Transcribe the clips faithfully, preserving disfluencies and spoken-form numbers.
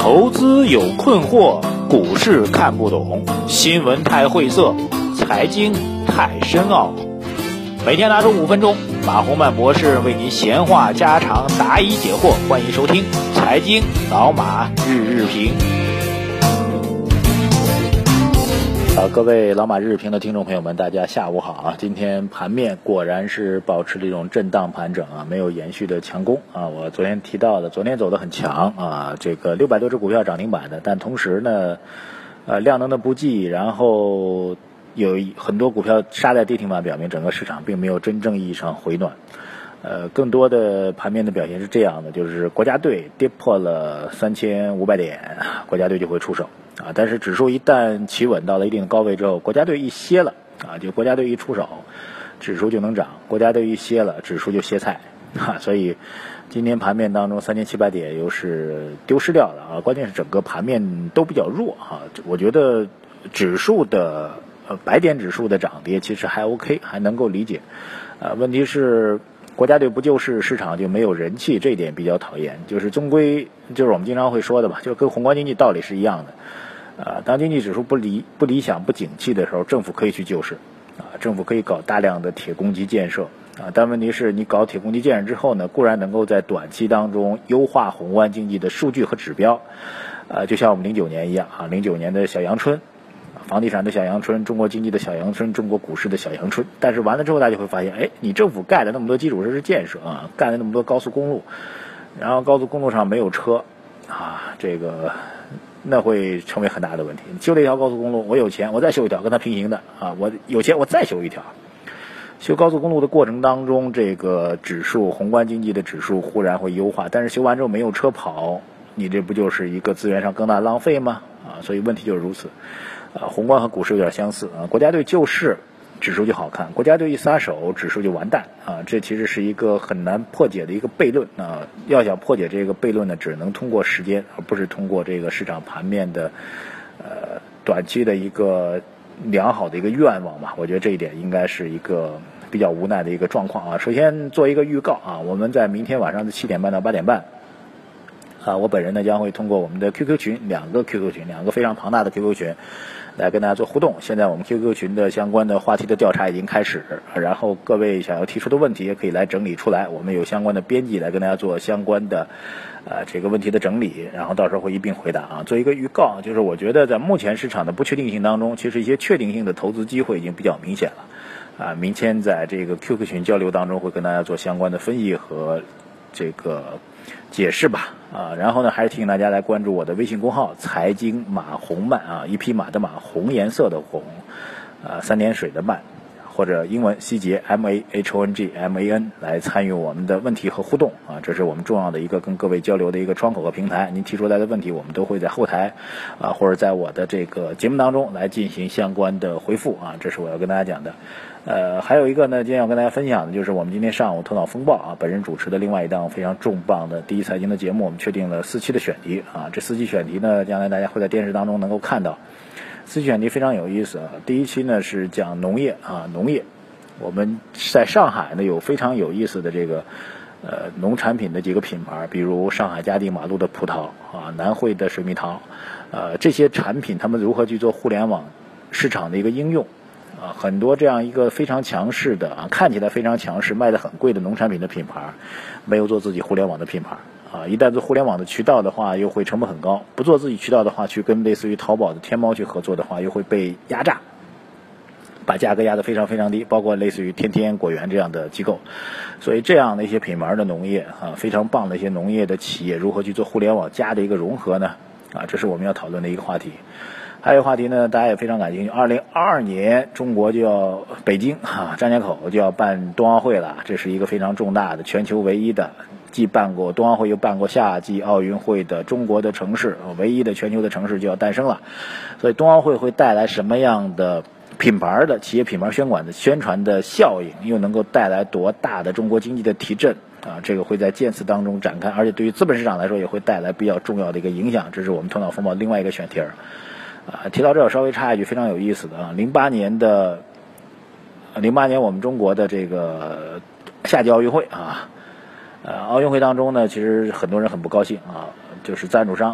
投资有困惑，股市看不懂，新闻太晦涩，财经太深奥。每天拿出五分钟，马洪曼博士为您闲话家常，答疑解惑。欢迎收听财经老马日日评。好，各位老马日日评的听众朋友们，大家下午好啊！今天盘面果然是保持这种震荡盘整啊，没有延续的强攻啊。我昨天提到的，昨天走得很强啊，这个六百多只股票涨停板的，但同时呢，呃，量能的不济，然后有很多股票杀在跌停板，表明整个市场并没有真正意义上回暖。呃，更多的盘面的表现是这样的，就是国家队跌破了三千五百点，国家队就会出手啊。但是指数一旦企稳到了一定的高位之后，国家队一歇了啊，就国家队一出手，指数就能涨；国家队一歇了，指数就歇菜啊。所以今天盘面当中三千七百点又是丢失掉了啊。关键是整个盘面都比较弱啊。我觉得指数的呃白点指数的涨跌其实还 OK， 还能够理解。呃，问题是国家队不救市，市场就没有人气，这一点比较讨厌。就是终归就是我们经常会说的吧，就跟宏观经济道理是一样的。呃，当经济指数不理不理想、不景气的时候，政府可以去救市啊，政府可以搞大量的铁公鸡建设啊。但问题是你搞铁公鸡建设之后呢，固然能够在短期当中优化宏观经济的数据和指标，呃，就像我们零九年一样啊，零九年的小阳春。房地产的小阳春，中国经济的小阳春，中国股市的小阳春。但是完了之后，大家就会发现，哎，你政府盖了那么多基础设施建设啊，盖了那么多高速公路，然后高速公路上没有车啊，这个那会成为很大的问题。你修了一条高速公路，我有钱，我再修一条跟它平行的啊，我有钱我再修一条。修高速公路的过程当中，这个指数宏观经济的指数忽然会优化，但是修完之后没有车跑，你这不就是一个资源上更大的浪费吗？啊，所以问题就是如此。呃，宏观和股市有点相似啊。国家队救市，指数就好看；国家队一撒手，指数就完蛋啊。这其实是一个很难破解的一个悖论啊。要想破解这个悖论呢，只能通过时间，而不是通过这个市场盘面的呃短期的一个良好的一个愿望吧。我觉得这一点应该是一个比较无奈的一个状况啊。首先做一个预告啊，我们在明天晚上的七点半到八点半。啊，我本人呢将会通过我们的 Q Q 群，两个 Q Q 群，两个非常庞大的 Q Q 群，来跟大家做互动。现在我们 Q Q 群的相关的话题的调查已经开始，然后各位想要提出的问题也可以来整理出来，我们有相关的编辑来跟大家做相关的呃这个问题的整理，然后到时候会一并回答啊。做一个预告，就是我觉得在目前市场的不确定性当中，其实一些确定性的投资机会已经比较明显了啊。明天在这个 Q Q 群交流当中会跟大家做相关的分析和这个解释吧啊，然后呢，还是提醒大家来关注我的微信公号财经马洪曼啊，一匹马的马，红颜色的红，啊，三点水的曼，或者英文希捷 M A H O N G M A N 来参与我们的问题和互动啊，这是我们重要的一个跟各位交流的一个窗口和平台。您提出来的问题，我们都会在后台啊，或者在我的这个节目当中来进行相关的回复啊，这是我要跟大家讲的。呃，还有一个呢，今天要跟大家分享的就是我们今天上午头脑风暴啊，本人主持的另外一档非常重磅的第一财经的节目，我们确定了四期的选题啊，这四期选题呢，将来大家会在电视当中能够看到。四期选题非常有意思啊，第一期呢是讲农业啊，农业，我们在上海呢有非常有意思的这个呃农产品的几个品牌，比如上海嘉定马路的葡萄啊，南汇的水蜜桃，呃这些产品他们如何去做互联网市场的一个应用。啊，很多这样一个非常强势的啊，看起来非常强势、卖得很贵的农产品的品牌，没有做自己互联网的品牌啊。一旦做互联网的渠道的话，又会成本很高；不做自己渠道的话，去跟类似于淘宝的天猫去合作的话，又会被压榨，把价格压得非常非常低。包括类似于天天果园这样的机构，所以这样的一些品牌的农业啊，非常棒的一些农业的企业，如何去做互联网加的一个融合呢？啊，这是我们要讨论的一个话题。还有话题呢，大家也非常感兴趣。二零二二年，中国就要北京哈张家口就要办冬奥会了，这是一个非常重大的、全球唯一的，既办过冬奥会又办过夏季奥运会的中国的城市，唯一的全球的城市就要诞生了。所以冬奥会会带来什么样的品牌的企业品牌宣管的宣传的效应，又能够带来多大的中国经济的提振啊？这个会在渐次当中展开，而且对于资本市场来说也会带来比较重要的一个影响。这是我们头脑风暴另外一个选题儿。啊，提到这儿稍微插一句非常有意思的啊，零八年的，零八年我们中国的这个夏季奥运会啊，呃，奥运会当中呢，其实很多人很不高兴啊，就是赞助商啊，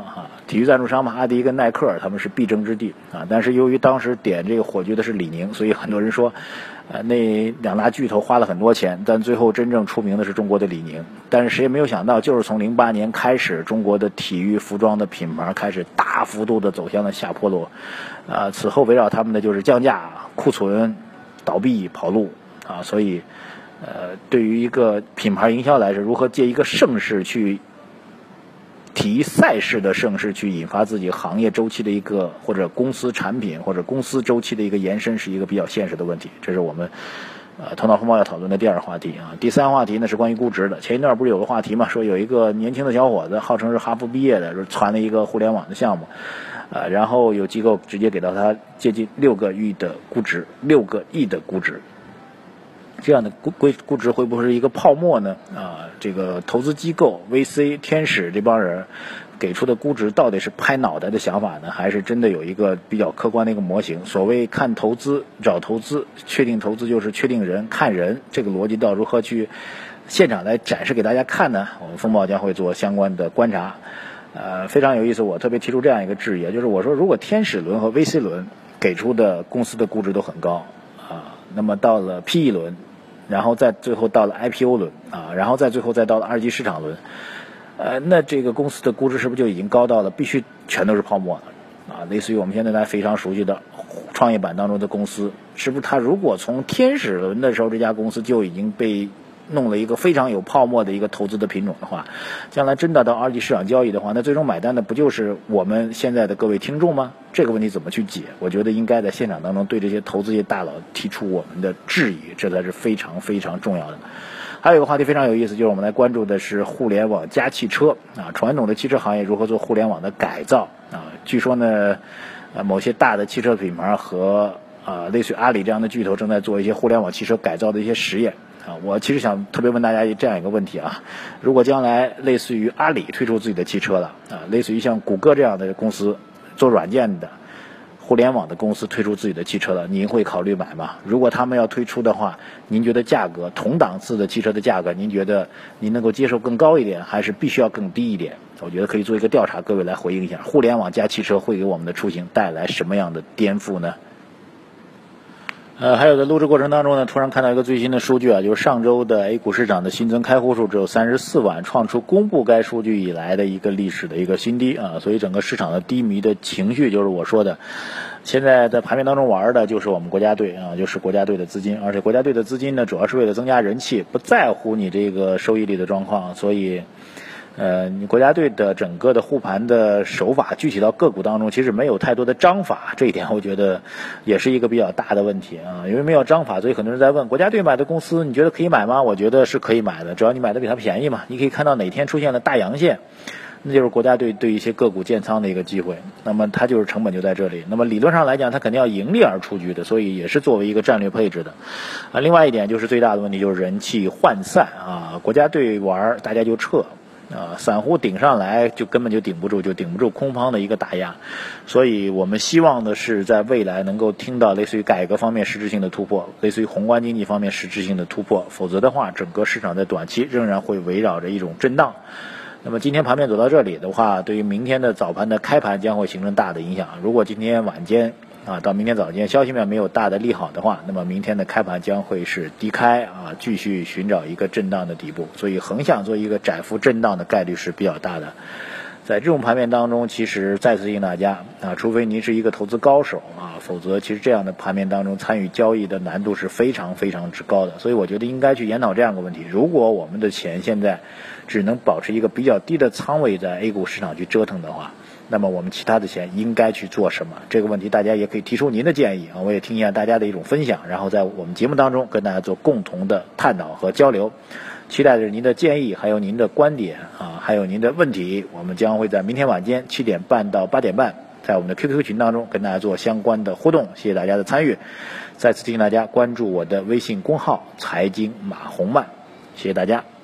体育赞助商嘛，阿迪跟耐克他们是必争之地啊。但是由于当时点这个火炬的是李宁，所以很多人说，呃，那两大巨头花了很多钱，但最后真正出名的是中国的李宁。但是谁也没有想到，就是从零八年开始，中国的体育服装的品牌开始大幅度的走向了下坡路，啊、呃，此后围绕他们的就是降价、库存、倒闭、跑路啊。所以，呃，对于一个品牌营销来说，如何借一个盛世去体育赛事的盛世去引发自己行业周期的一个或者公司产品或者公司周期的一个延伸，是一个比较现实的问题。这是我们呃头脑风暴要讨论的第二话题啊。第三话题呢是关于估值的。前一段不是有个话题嘛，说有一个年轻的小伙子号称是哈佛毕业的，说传了一个互联网的项目，呃，然后有机构直接给到他接近六个亿的估值，六个亿的估值。这样的估估估值会不会是一个泡沫呢？啊，这个投资机构、V C、天使这帮人给出的估值到底是拍脑袋的想法呢，还是真的有一个比较客观的一个模型？所谓看投资、找投资、确定投资就是确定人、看人，这个逻辑到如何去现场来展示给大家看呢？我们风暴将会做相关的观察。呃，非常有意思，我特别提出这样一个质疑，就是我说如果天使轮和 V C 轮给出的公司的估值都很高啊，那么到了 P E 轮，然后再最后到了 I P O 轮啊，然后再最后再到了二级市场轮，呃，那这个公司的估值是不是就已经高到了必须全都是泡沫了啊？类似于我们现在大家非常熟悉的创业板当中的公司，是不是它如果从天使轮的时候这家公司就已经被弄了一个非常有泡沫的一个投资的品种的话，将来真的到二级市场交易的话，那最终买单的不就是我们现在的各位听众吗？这个问题怎么去解？我觉得应该在现场当中对这些投资界大佬提出我们的质疑，这才是非常非常重要的。还有一个话题非常有意思，就是我们来关注的是互联网加汽车啊，传统的汽车行业如何做互联网的改造啊？据说呢，呃，某些大的汽车品牌和啊类似于阿里这样的巨头正在做一些互联网汽车改造的一些实验。啊，我其实想特别问大家这样一个问题啊，如果将来类似于阿里推出自己的汽车了啊，类似于像谷歌这样的公司做软件的互联网的公司推出自己的汽车了，您会考虑买吗？如果他们要推出的话，您觉得价格同档次的汽车的价格，您觉得您能够接受更高一点，还是必须要更低一点？我觉得可以做一个调查，各位来回应一下，互联网加汽车会给我们的出行带来什么样的颠覆呢？呃，还有在录制过程当中呢，突然看到一个最新的数据啊，就是上周的 A 股市场的新增开户数只有三十四万，创出公布该数据以来的一个历史的一个新低啊，所以整个市场的低迷的情绪就是我说的，现在在盘面当中玩的就是我们国家队啊，就是国家队的资金，而且国家队的资金呢，主要是为了增加人气，不在乎你这个收益率的状况，所以。呃，你国家队的整个的护盘的手法，具体到个股当中，其实没有太多的章法，这一点我觉得也是一个比较大的问题啊。因为没有章法，所以很多人在问，国家队买的公司，你觉得可以买吗？我觉得是可以买的，只要你买的比它便宜嘛。你可以看到哪天出现了大阳线，那就是国家队对一些个股建仓的一个机会。那么它就是成本就在这里。那么理论上来讲，它肯定要盈利而出局的，所以也是作为一个战略配置的。啊，另外一点就是最大的问题就是人气涣散啊，国家队玩大家就撤。啊，散户顶上来就根本就顶不住，就顶不住空方的一个打压，所以我们希望的是在未来能够听到类似于改革方面实质性的突破，类似于宏观经济方面实质性的突破，否则的话，整个市场在短期仍然会围绕着一种震荡。那么今天盘面走到这里的话，对于明天的早盘的开盘将会形成大的影响。如果今天晚间啊，到明天早间消息面没有大的利好的话，那么明天的开盘将会是低开啊，继续寻找一个震荡的底部，所以横向做一个窄幅震荡的概率是比较大的。在这种盘面当中，其实再次提醒大家啊，除非您是一个投资高手啊，否则其实这样的盘面当中参与交易的难度是非常非常之高的。所以我觉得应该去研讨这样一个问题：如果我们的钱现在只能保持一个比较低的仓位在 A 股市场去折腾的话，那么我们其他的钱应该去做什么？这个问题大家也可以提出您的建议啊，我也听一下大家的一种分享，然后在我们节目当中跟大家做共同的探讨和交流。期待着您的建议，还有您的观点啊，还有您的问题，我们将会在明天晚间七点半到八点半，在我们的 Q Q 群当中跟大家做相关的互动。谢谢大家的参与，再次提醒大家关注我的微信公号财经马红漫，谢谢大家。